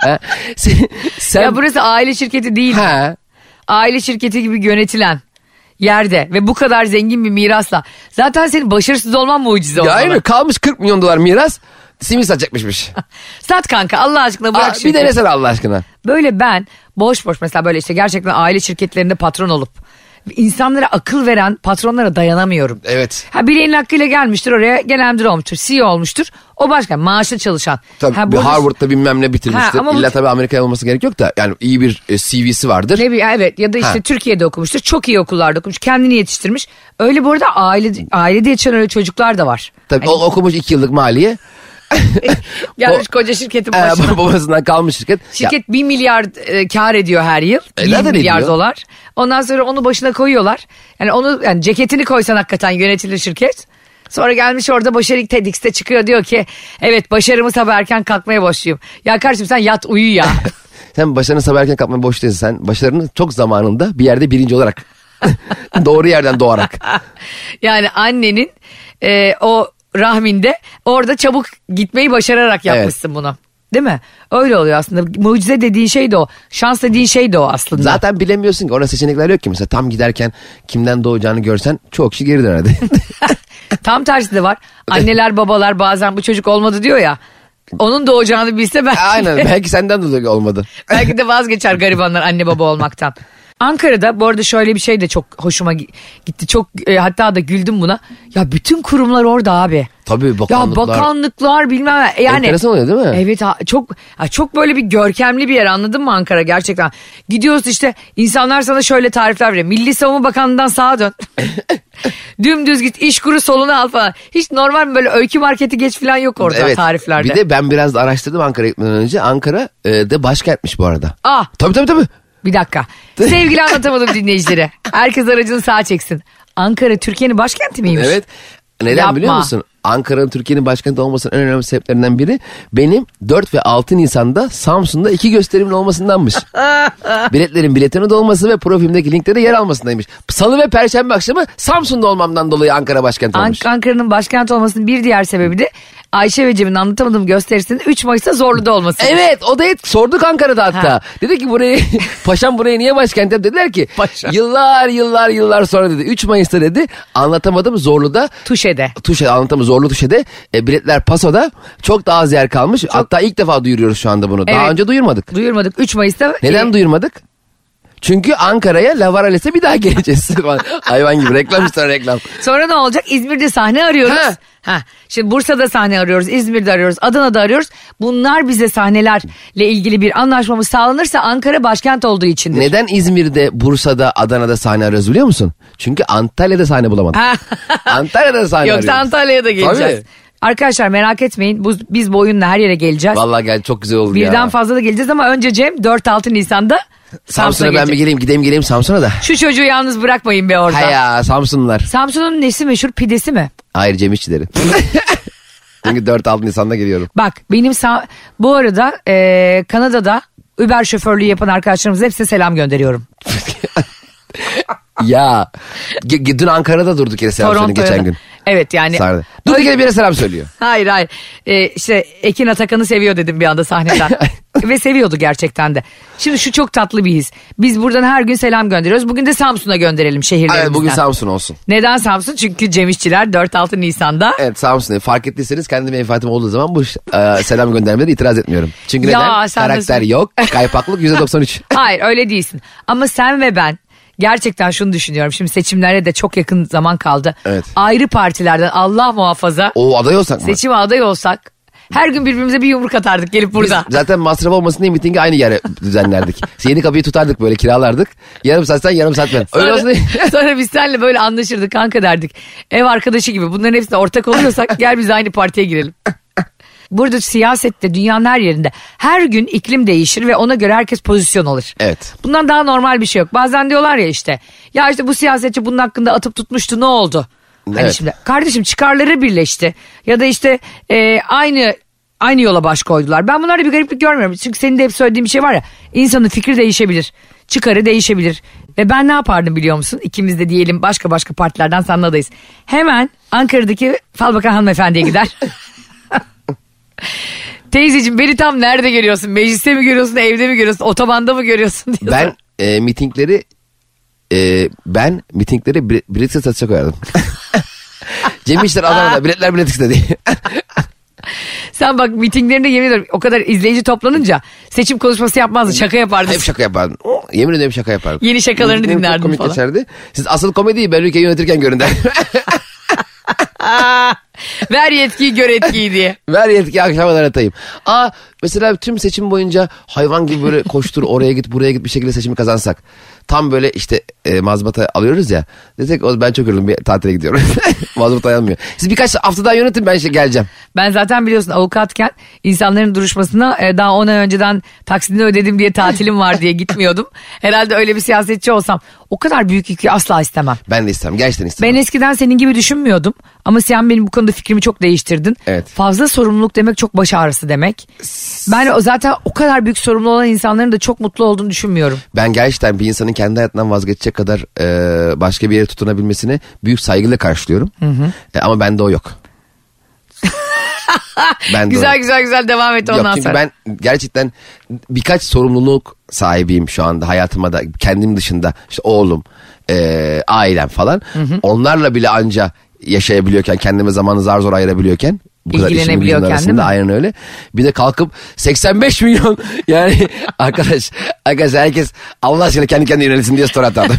Sen...
Ya burası aile şirketi değil.
Ha.
Aile şirketi gibi yönetilen yerde ve bu kadar zengin bir mirasla. Zaten senin başarısız olman mucize olmalı.
Aynen, kalmış 40 milyon dolar miras. Simit satacakmışmış.
Sat kanka Allah aşkına, bırak şirketi.
Bir denesene Allah aşkına.
Böyle ben boş mesela böyle işte gerçekten aile şirketlerinde patron olup insanlara akıl veren patronlara dayanamıyorum.
Evet.
Bileğinin hakkıyla gelmiştir oraya, genel müdür olmuştur, CEO olmuştur. O başka maaşlı çalışan.
Tabii Harvard'da bilmem ne bitirmiştir. İlla tabii Amerika'ya olması gerek yok da yani iyi bir CV'si vardır.
Evet, ya da işte Türkiye'de okumuştur. Çok iyi okullarda okumuş. Kendini yetiştirmiş. Öyle bu arada ailede yetişen öyle çocuklar da var.
Tabii
hani...
okumuş 2 yıllık maliye.
Gelmiş koca şirketin başına.
Babasından kalmış şirket.
Şirket 1 milyar kar ediyor her yıl. 1 milyar
ediyor.
dolar. Ondan sonra onu başına koyuyorlar. Yani ceketini koysan hakikaten yönetilir şirket. Sonra gelmiş orada başarı TEDx'te çıkıyor, diyor ki evet başarımı sabah erken kalkmaya başlıyorum. Ya kardeşim sen yat uyu ya.
Sen başarını sabah erken kalkmaya boş değilsin. Sen başarını çok zamanında bir yerde birinci olarak. Doğru yerden doğarak.
Yani annenin o rahminde orada çabuk gitmeyi başararak yapmışsın bunu. Değil mi? Öyle oluyor aslında. Mucize dediğin şey de o. Şans dediğin şey de o aslında.
Zaten bilemiyorsun ki. Orada seçenekler yok ki. Mesela tam giderken kimden doğacağını görsen çok kişi geri dönerdi.
Tam tersi de var. Anneler babalar bazen bu çocuk olmadı diyor ya. Onun doğacağını bilse belki.
Aynen. Belki senden dolayı olmadı.
Belki de vazgeçer garibanlar anne baba olmaktan. Ankara'da bu arada şöyle bir şey de çok hoşuma gitti. Çok hatta da güldüm buna. Ya bütün kurumlar orada abi.
Tabii bakanlıklar.
Ya bakanlıklar bilmem ne. Yani
enteresan oluyor değil mi?
Evet çok böyle bir görkemli bir yer, anladın mı Ankara gerçekten. Gidiyoruz işte, insanlar sana şöyle tarifler veriyor. Milli Savunma Bakanlığı'ndan sağa dön. Dümdüz git, İşkur'u soluna al falan. Hiç normal böyle öykü marketi geç falan yok orada tariflerde.
Bir de ben biraz da araştırdım Ankara'ya gitmeden önce. Ankara de başkentmiş bu arada. Tabii.
Bir dakika. Sevgili anlatamadım dinleyicilere. Herkes aracını sağa çeksin. Ankara Türkiye'nin başkenti miymiş?
Evet. Neden biliyor musun? Ankara'nın Türkiye'nin başkenti olmasının en önemli sebeplerinden biri benim 4 ve 6 Nisan'da Samsun'da 2 gösterimin olmasındanmış. Biletlerin biletine de olması ve profilimdeki linklere yer almasındaymış. Salı ve Perşembe akşamı Samsun'da olmamdan dolayı Ankara başkenti olmuş.
Ankara'nın başkenti olmasının bir diğer sebebi de Ayşe ve Cem'in anlatamadığım gösterisinin 3 Mayıs'ta Zorlu'da olması.
Evet, o da sorduk Ankara'da hatta. Dedi ki paşam burayı niye başkent yap, dediler ki yıllar sonra dedi 3 Mayıs'ta dedi anlatamadım Zorlu'da. Tuşe'de anlatamadım Zorlu Tuşe'de biletler Paso'da çok daha az yer kalmış. Hatta ilk defa duyuruyoruz şu anda bunu. Daha önce duyurmadık.
3 Mayıs'ta.
Neden duyurmadık? Çünkü Ankara'ya Lavarales'e bir daha geleceğiz. Hayvan gibi reklam üstüne reklam.
Sonra ne olacak? İzmir'de sahne arıyoruz. Şimdi Bursa'da sahne arıyoruz, İzmir'de arıyoruz, Adana'da arıyoruz. Bunlar bize sahnelerle ilgili bir anlaşmamız sağlanırsa Ankara başkent olduğu içindir.
Neden İzmir'de, Bursa'da, Adana'da sahne arıyoruz biliyor musun? Çünkü Antalya'da sahne bulamadık. Antalya'da sahne arıyoruz.
Yoksa Antalya'ya da geleceğiz.
Tabii.
Arkadaşlar merak etmeyin, biz bu oyunla her yere geleceğiz.
Vallahi gel, çok güzel oldu
Birden fazla da geleceğiz ama önce Cem 4-6 Nisan'da
Samsun'a ben bir gideyim Samsun'a da.
Şu çocuğu yalnız bırakmayın be orada.
Hayya Samsunlular.
Samsun'un nesi meşhur, pidesi mi?
Hayır, Cem İşçileri. Çünkü 4-6 Nisan'da geliyorum.
Bak benim bu arada Kanada'da Uber şoförlüğü yapan arkadaşlarımıza hepsine selam gönderiyorum.
Ya dün Ankara'da durduk yere selam söyledin geçen gün.
Evet yani.
Sardı. Durduk yere bir yere selam söylüyor.
Hayır. İşte Ekin Atakan'ı seviyor dedim bir anda sahneden. Ve seviyordu gerçekten de. Şimdi şu çok tatlı bir his. Biz buradan her gün selam gönderiyoruz. Bugün de Samsun'a gönderelim şehirlerimizden.
Evet, bugün Samsun olsun.
Neden Samsun? Çünkü Cem İşçiler 4-6 Nisan'da.
Evet, Samsun'da. Fark ettiyseniz kendi menfaatim olduğu zaman bu selam göndermeleri itiraz etmiyorum. Çünkü neden? Karakter yok. Kaypaklık %93.
Hayır, öyle değilsin. Ama sen ve ben gerçekten şunu düşünüyorum. Şimdi seçimlere de çok yakın zaman kaldı.
Evet.
Ayrı partilerden Allah muhafaza.
Aday olsak mı?
Seçime aday olsak her gün birbirimize bir yumruk atardık gelip burada.
Biz zaten masraf olmasın diye mitingi aynı yere düzenlerdik. Yeni kapıyı tutardık, böyle kiralardık. Yarım saat sen, yarım saat ben. Öyle olsun diye.
Sonra biz seninle böyle anlaşırdık kanka derdik. Ev arkadaşı gibi, bunların hepsine ortak oluyorsak gel biz aynı partiye girelim. Burada siyasette dünyanın her yerinde her gün iklim değişir ve ona göre herkes pozisyon alır.
Evet.
Bundan daha normal bir şey yok. Bazen diyorlar ya işte bu siyasetçi bunun hakkında atıp tutmuştu, ne oldu?
Evet.
Hani şimdi kardeşim çıkarları birleşti ya da işte aynı yola baş koydular. Ben bunlarda bir gariplik görmüyorum. Çünkü senin de hep söylediğin bir şey var ya, insanın fikri değişebilir, çıkarı değişebilir. Ve ben ne yapardım biliyor musun? İkimiz de diyelim başka partilerden seninle adayız. Hemen Ankara'daki Falbakan hanımefendiye gider. Teyzeciğim beni tam nerede görüyorsun? Mecliste mi görüyorsun, evde mi görüyorsun, otobanda mı görüyorsun diyorsun.
Ben mitingleri biletsiz satışa koyardım. Cem İşler Adana'da biletler bilet istedi.
Sen bak mitinglerinde yemin ediyorum o kadar izleyici toplanınca seçim konuşması yapmazdın, şaka yapardın.
Hep şaka yapardım. Yemin ederim şaka yapardım.
Yeni şakalarını dinlerdim
çok komik
falan.
geçerdi. Siz asıl komediyi ben ülkeyi yönetirken görün der.
Ver yetkiyi gör etkiyi diye.
Ver yetkiyi akşama kadar atayım. Mesela tüm seçim boyunca hayvan gibi böyle koştur oraya git buraya git bir şekilde seçimi kazansak. Tam böyle işte mazbata alıyoruz ya. Desek ben çok yoruldum bir tatile gidiyorum. Mazbata almıyor. Siz birkaç hafta daha yönetin ben geleceğim.
Ben zaten biliyorsun avukatken insanların duruşmasına daha 10 ay önceden taksidini ödedim diye tatilim var diye gitmiyordum. Herhalde öyle bir siyasetçi olsam o kadar büyük yükü asla istemem.
Ben de istemem gerçekten istemem.
Ben eskiden senin gibi düşünmüyordum ama sen benim bu konuda fikrimi çok değiştirdin.
Evet.
Fazla sorumluluk demek çok baş ağrısı demek. Ben zaten o kadar büyük sorumlu olan insanların da çok mutlu olduğunu düşünmüyorum.
Ben gerçekten bir insanın kendi hayatından vazgeçecek kadar başka bir yere tutunabilmesini büyük saygıyla karşılıyorum. Ama bende o yok.
Güzel devam et ondan
çünkü
sonra.
Ben gerçekten birkaç sorumluluk sahibiyim şu anda hayatıma da kendim dışında işte oğlum, ailem falan. Onlarla bile anca yaşayabiliyorken kendime zamanı zar zor ayırabiliyorken. Bu kadar işimin gücümün arasında aynen öyle. Bir de kalkıp 85 milyon yani arkadaş herkes Allah aşkına kendi kendine yönelsin diye story atardı.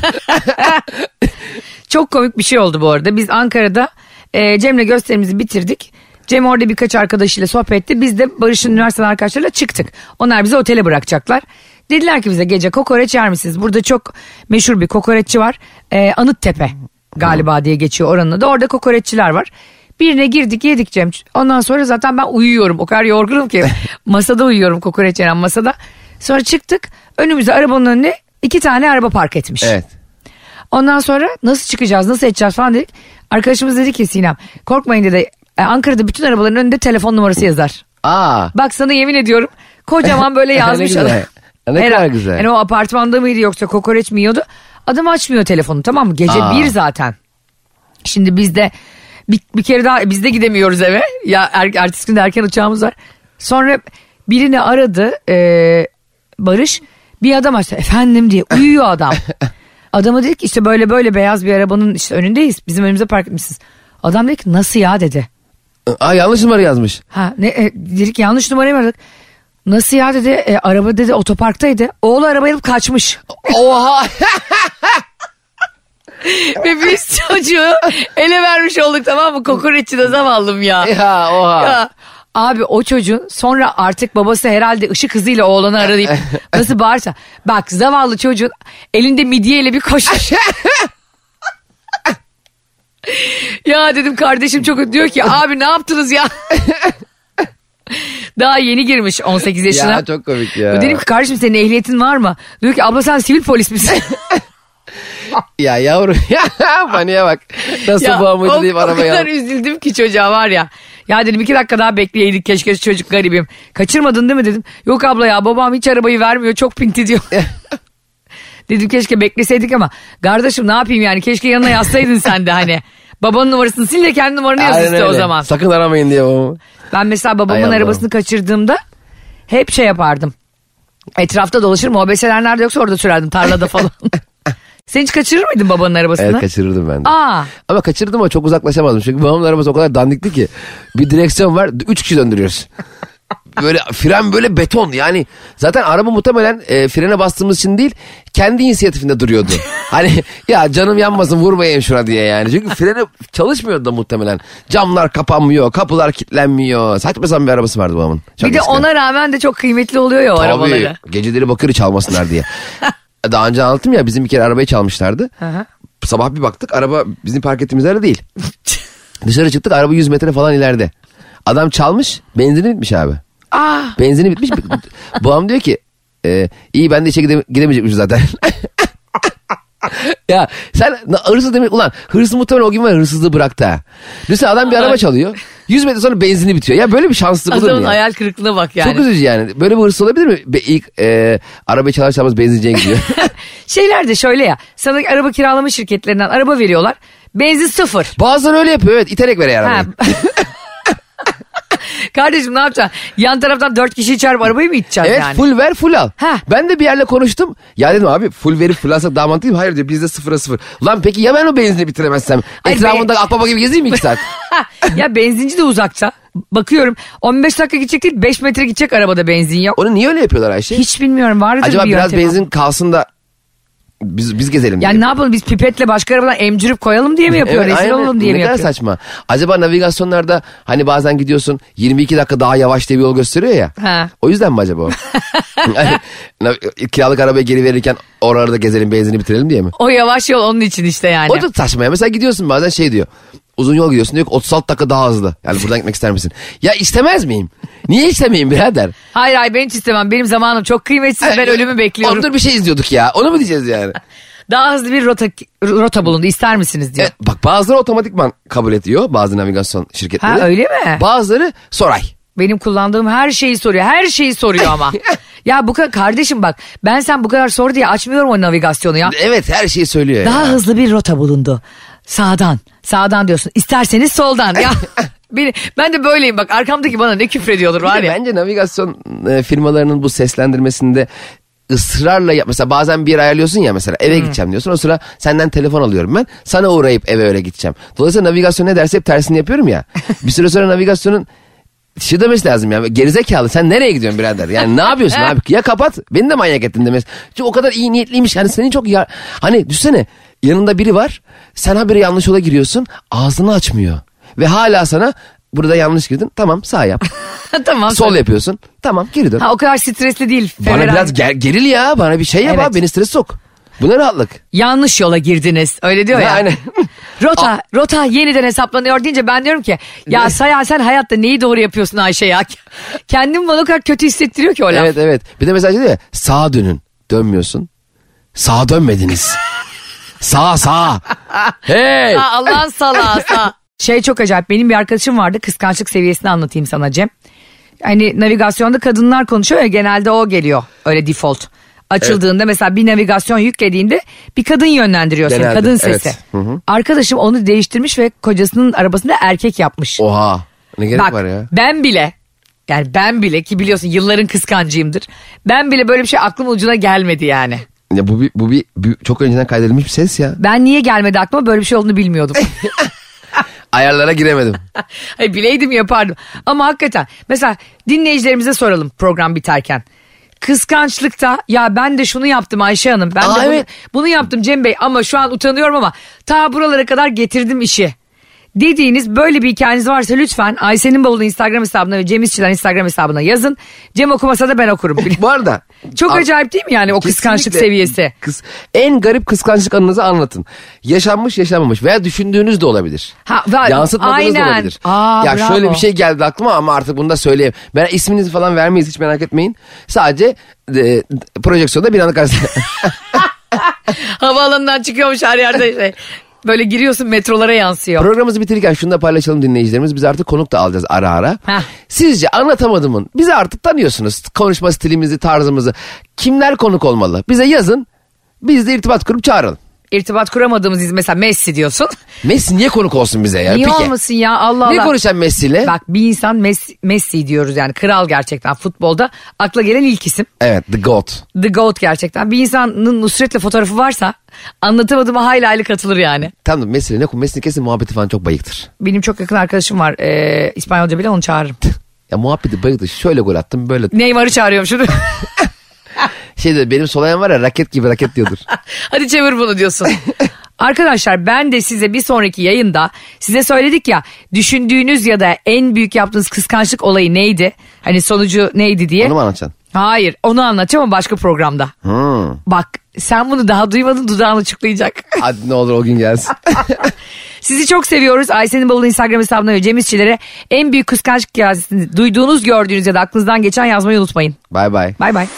Çok komik bir şey oldu bu arada. Biz Ankara'da Cem'le gösterimizi bitirdik. Cem orada birkaç arkadaşıyla sohbet etti. Biz de Barış'ın üniversiteden arkadaşlarıyla çıktık. Onlar bizi otele bırakacaklar. Dediler ki bize gece kokoreç yer misiniz? Burada çok meşhur bir kokoreççi var. Anıttepe galiba diye geçiyor oranın adı. Orada kokoreççiler var. Birine girdik yedik Cem. Ondan sonra zaten ben uyuyorum. O kadar yorgunum ki. Masada uyuyorum kokoreç yenen masada. Sonra çıktık. Önümüze arabanın önüne 2 tane araba park etmiş.
Evet.
Ondan sonra nasıl çıkacağız nasıl edeceğiz falan dedik. Arkadaşımız dedi ki Sinem korkmayın dedi. Ankara'da bütün arabaların önünde telefon numarası yazar. Bak sana yemin ediyorum kocaman böyle yazmış adam.
Ne kadar güzel.
Yani o apartmanda mıydı yoksa kokoreç mi yiyordu? Adam açmıyor telefonu tamam mı? Gece 1 zaten. Şimdi biz de bir kere daha biz de gidemiyoruz eve. Ya ertesi gün de erken uçağımız var. Sonra birini aradı Barış. Bir adam açtı. Efendim diye uyuyor adam. Adama dedik işte böyle beyaz bir arabanın işte önündeyiz. Bizim önümüze park etmişsiniz. Adam dedi ki nasıl ya dedi.
Yanlış numara yazmış.
Dedik yanlış numarayı mı aradık? Nasıl ya dedi. Araba dedi otoparktaydı. Oğlu arabayı alıp kaçmış.
Oha.
Ve biz çocuğu ele vermiş olduk tamam mı? Kokoreççi de zavallım ya.
Oha.
Ya. Abi o çocuğun sonra artık babası herhalde ışık hızıyla oğlanı arayıp nasıl bağırsa. Bak zavallı çocuğun elinde midyeyle bir koşmuş. Ya dedim kardeşim çok diyor ki abi ne yaptınız ya? Daha yeni girmiş 18 yaşına.
Ya çok komik ya.
Dedim ki kardeşim senin ehliyetin var mı? Diyor ki abla sen sivil polis misin?
Ya yavrum ya paniğe bak. Nasıl bu amacı deyip arabaya.
O kadar üzüldüm ki çocuğa var ya. Ya dedim 2 dakika daha bekleyeydik keşke çocuk garibim. Kaçırmadın değil mi dedim. Yok abla ya babam hiç arabayı vermiyor çok pinti diyor. Dedim keşke bekleseydik ama kardeşim ne yapayım yani keşke yanına yazsaydın sen de hani. Babanın numarasını sil de kendi numaranı yaz işte o zaman.
Sakın aramayın diye babamı.
Ben mesela babamın arabasını kaçırdığımda hep şey yapardım. Etrafta dolaşırım OBS'ler nerede yoksa orada sürerdim tarlada falan. Sen hiç kaçırır mıydın babanın arabasını?
Evet kaçırırdım ben de.
Aa.
Ama kaçırdım ama çok uzaklaşamadım. Çünkü babamın arabası o kadar dandikti ki. Bir direksiyon var 3 kişi döndürüyoruz. Böyle fren böyle beton yani. Zaten araba muhtemelen frene bastığımız için değil kendi inisiyatifinde duruyordu. Hani ya canım yanmasın vurmayayım şuna diye yani. Çünkü freni çalışmıyordu da muhtemelen. Camlar kapanmıyor, kapılar kilitlenmiyor. Saçma sapan bir arabası vardı babamın. Çok
bir de
eskiden.
ona rağmen de çok kıymetli oluyor ya o arabaları.
Geceleri bakır çalmasınlar diye. Daha önce anlattım ya bizim bir kere arabayı çalmışlardı.
Aha.
Sabah bir baktık araba bizim park ettiğimiz yerde değil. Dışarı çıktık araba 100 metre falan ileride. Adam çalmış benzini bitmiş abi. Benzini bitmiş. Babam diyor ki iyi ben de işe gidemeyecekmişim zaten. Ya sen hırsız demek ulan hırsız muhtemelen o gün var hırsızlığı bıraktı ha. Mesela adam bir araba çalıyor 100 metre sonra benzini bitiyor. Ya böyle bir şanssızlık olur mu ya?
Adamın hayal kırıklığına bak yani.
Çok üzücü yani. Böyle bir hırsız olabilir mi? İlk arabayı çalar çalmaz benzinciye gidiyor.
Şeyler de şöyle ya sana araba kiralama şirketlerinden araba veriyorlar. Benzin 0.
Bazen öyle yapıyor evet iterek veriyor arabayı.
Kardeşim ne yapacaksın? Yan taraftan 4 kişiyi çağırıp arabayı mı iteceksin
evet,
yani?
full ver full al.
Heh.
Ben de bir yerle konuştum. Ya dedim abi full verip full alsak daha mantıklı mı? Hayır diyor bizde 0'a 0. Ulan peki ya ben o benzini bitiremezsem? Etrafında akbaba gibi gezeyim mi 2 saat?
Ya benzinci de uzakça. Bakıyorum 15 dakika gidecek değil 5 metre gidecek arabada benzin yok.
Onu niye öyle yapıyorlar Ayşe?
Hiç bilmiyorum vardır
acaba
bir
biraz
yöntemi.
benzin kalsın da Biz gezelim diye.
Yani ne yapalım biz pipetle başka arabadan emcürüp koyalım diye mi yapıyor?
Evet,
Rezil
aynen.
olalım diye mi
Ne kadar
yapıyor?
saçma. Acaba navigasyonlarda hani bazen gidiyorsun 22 dakika daha yavaş diye bir yol gösteriyor ya.
Ha.
O yüzden mi acaba o? Hani, kiralık arabayı geri verirken oralarda gezelim benzini bitirelim diye mi?
O yavaş yol onun için işte yani.
O da saçma ya. Mesela gidiyorsun bazen şey diyor. Uzun yol gidiyorsun diyor ki 36 dakika daha hızlı. Yani buradan gitmek ister misin? Ya istemez miyim? Niye istemeyeyim birader?
Hayır ben hiç istemem. Benim zamanım çok kıymetsiz. Ben ölümü bekliyorum.
Oğlum dur bir şey izliyorduk ya. Onu mu diyeceğiz yani?
Daha hızlı bir rota bulundu. İster misiniz diyor.
Evet, bak bazıları otomatikman kabul ediyor. Bazı navigasyon şirketleri.
Ha öyle mi?
Bazıları Soray.
Benim kullandığım her şeyi soruyor. Her şeyi soruyor ama. Ya bu kadar kardeşim bak. Ben bu kadar sor diye açmıyorum o navigasyonu ya.
Evet her şeyi söylüyor
Daha
ya.
hızlı bir rota bulundu. Sağdan. Sağdan diyorsun. İsterseniz soldan. Ya ben de böyleyim bak. Arkamdaki bana ne küfrediyordur var
Bir de
ya.
bence navigasyon firmalarının bu seslendirmesinde ısrarla mesela bazen bir yer ayarlıyorsun ya mesela eve gideceğim diyorsun. O sıra senden telefon alıyorum ben. Sana uğrayıp eve öyle gideceğim. Dolayısıyla navigasyon ne derse hep tersini yapıyorum ya. Bir süre sonra navigasyonun şey demesi lazım ya. Gerizekalı sen nereye gidiyorsun birader? Yani ne yapıyorsun abi? Ya kapat. Beni de manyak ettin demesi. Çünkü o kadar iyi niyetliymiş. Yani senin çok hani düşsene yanında biri var. Sen haberi yanlış yola giriyorsun. Ağzını açmıyor. Ve hala sana burada yanlış girdin. Tamam sağ yap.
Tamam.
Sol yapıyorsun. Tamam geri dön.
Ha o kadar stresli değil.
Bana
Feveran.
biraz geril ya. Bana bir şey yap
Evet.
abi. Beni stres sok. Bu ne rahatlık.
Yanlış yola girdiniz. Öyle diyor ya.
Aynen.
Rota yeniden hesaplanıyor deyince ben diyorum ki ya Sayhan sen hayatta neyi doğru yapıyorsun Ayşe ya? Kendimi bana o kadar kötü hissettiriyor ki o laf.
Evet. Bir de mesela şey diyor ya. Sağa dönün. Dönmüyorsun. Sağa dönmediniz. Sağ. Hey.
Ha, Allah'ın salağı sağ. Şey çok acayip benim bir arkadaşım vardı kıskançlık seviyesini anlatayım sana Cem. Hani navigasyonda kadınlar konuşuyor ya genelde o geliyor öyle default. Açıldığında mesela bir navigasyon yüklediğinde bir kadın yönlendiriyor seni
Genelde,
kadın sesi.
evet. Hı.
Arkadaşım onu değiştirmiş ve kocasının arabasında erkek yapmış.
Oha. Ne gerek
Bak
var ya?
ben bile ki biliyorsun yılların kıskancıyımdır. Ben bile böyle bir şey aklımın ucuna gelmedi yani.
Ya bu bir çok önceden kaydedilmiş bir ses ya.
Ben niye gelmedi aklıma böyle bir şey olduğunu bilmiyordum.
Ayarlara giremedim.
Hayır, bileydim yapardım. Ama hakikaten mesela dinleyicilerimize soralım program biterken. Kıskançlıkta ya ben de şunu yaptım Ayşe Hanım. Ben de
evet.
bunu yaptım Cem Bey ama şu an utanıyorum ama ta buralara kadar getirdim işi. Dediğiniz böyle bir hikayeniz varsa lütfen Ayşe'nin bavulu Instagram hesabına ve Cem İşçiler Instagram hesabına yazın. Cem okumasa da ben okurum.
Bu arada.
Çok acayip değil mi yani o kıskançlık
Kesinlikle.
seviyesi?
En garip kıskançlık anınızı anlatın. Yaşanmış yaşanmamış veya düşündüğünüz de olabilir. Yansıtmadığınız da
aynen.
olabilir.
Aa,
ya
bravo.
şöyle bir şey geldi aklıma ama artık bunu da söyleyeyim. Ben isminizi falan vermeyiz hiç merak etmeyin. Sadece projeksiyonda bir anlık arasında.
Havaalanından çıkıyormuş her yerde şey. Böyle giriyorsun metrolara yansıyor.
Programımızı bitirirken şunu da paylaşalım dinleyicilerimiz. Biz artık konuk da alacağız ara ara.
Heh.
Sizce Anlatamadım'ın bizi artık tanıyorsunuz. Konuşma stilimizi, tarzımızı. Kimler konuk olmalı? Bize yazın. Biz de irtibat kurup çağıralım.
İrtibat kuramadığımız iz mesela Messi diyorsun.
Messi niye konuk olsun bize ya?
Niye
Peki.
olmasın ya Allah Allah.
Ne konuşan Messi'yle?
Bak bir insan Messi diyoruz yani kral gerçekten futbolda akla gelen ilk isim.
Evet The GOAT.
The GOAT gerçekten. Bir insanın Nusret'le fotoğrafı varsa Anlatamadığıma hayli hayli katılır yani.
Tamam Messi'yle Messi kesin muhabbeti falan çok bayıktır.
Benim çok yakın arkadaşım var İspanyolca bile onu çağırırım.
Ya muhabbeti bayıktır. Şöyle gol attım böyle.
Neymar'ı çağırıyorum şunu.
Benim solayan var ya raket gibi raket diyordur.
Hadi çevir bunu diyorsun. Arkadaşlar ben de size bir sonraki yayında size söyledik ya düşündüğünüz ya da en büyük yaptığınız kıskançlık olayı neydi? Hani sonucu neydi diye.
Onu mu anlatacaksın?
Hayır onu anlatacağım ama başka programda. Bak sen bunu daha duymadın dudağın açıklayacak.
Hadi ne olur o gün gelsin.
Sizi çok seviyoruz. Ayşe'nin bavulu Instagram hesabına ve Cem İşçilere en büyük kıskançlık hikayesini duyduğunuz gördüğünüz ya da aklınızdan geçen yazmayı unutmayın.
Bye bye.
Bye bye.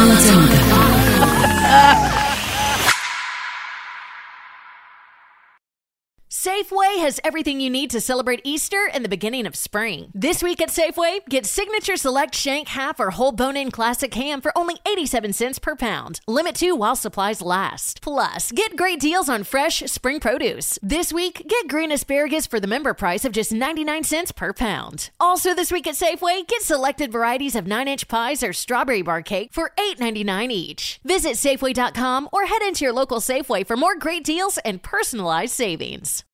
Safeway has everything you need to celebrate Easter and the beginning of spring. This week at Safeway, get Signature Select Shank Half or Whole Bone-In Classic Ham for only 87 cents per pound. Limit 2 while supplies last. Plus, get great deals on fresh spring produce. This week, get green asparagus for the member price of just 99 cents per pound. Also this week at Safeway, get selected varieties of 9-inch pies or strawberry bar cake for $8.99 each. Visit Safeway.com or head into your local Safeway for more great deals and personalized savings.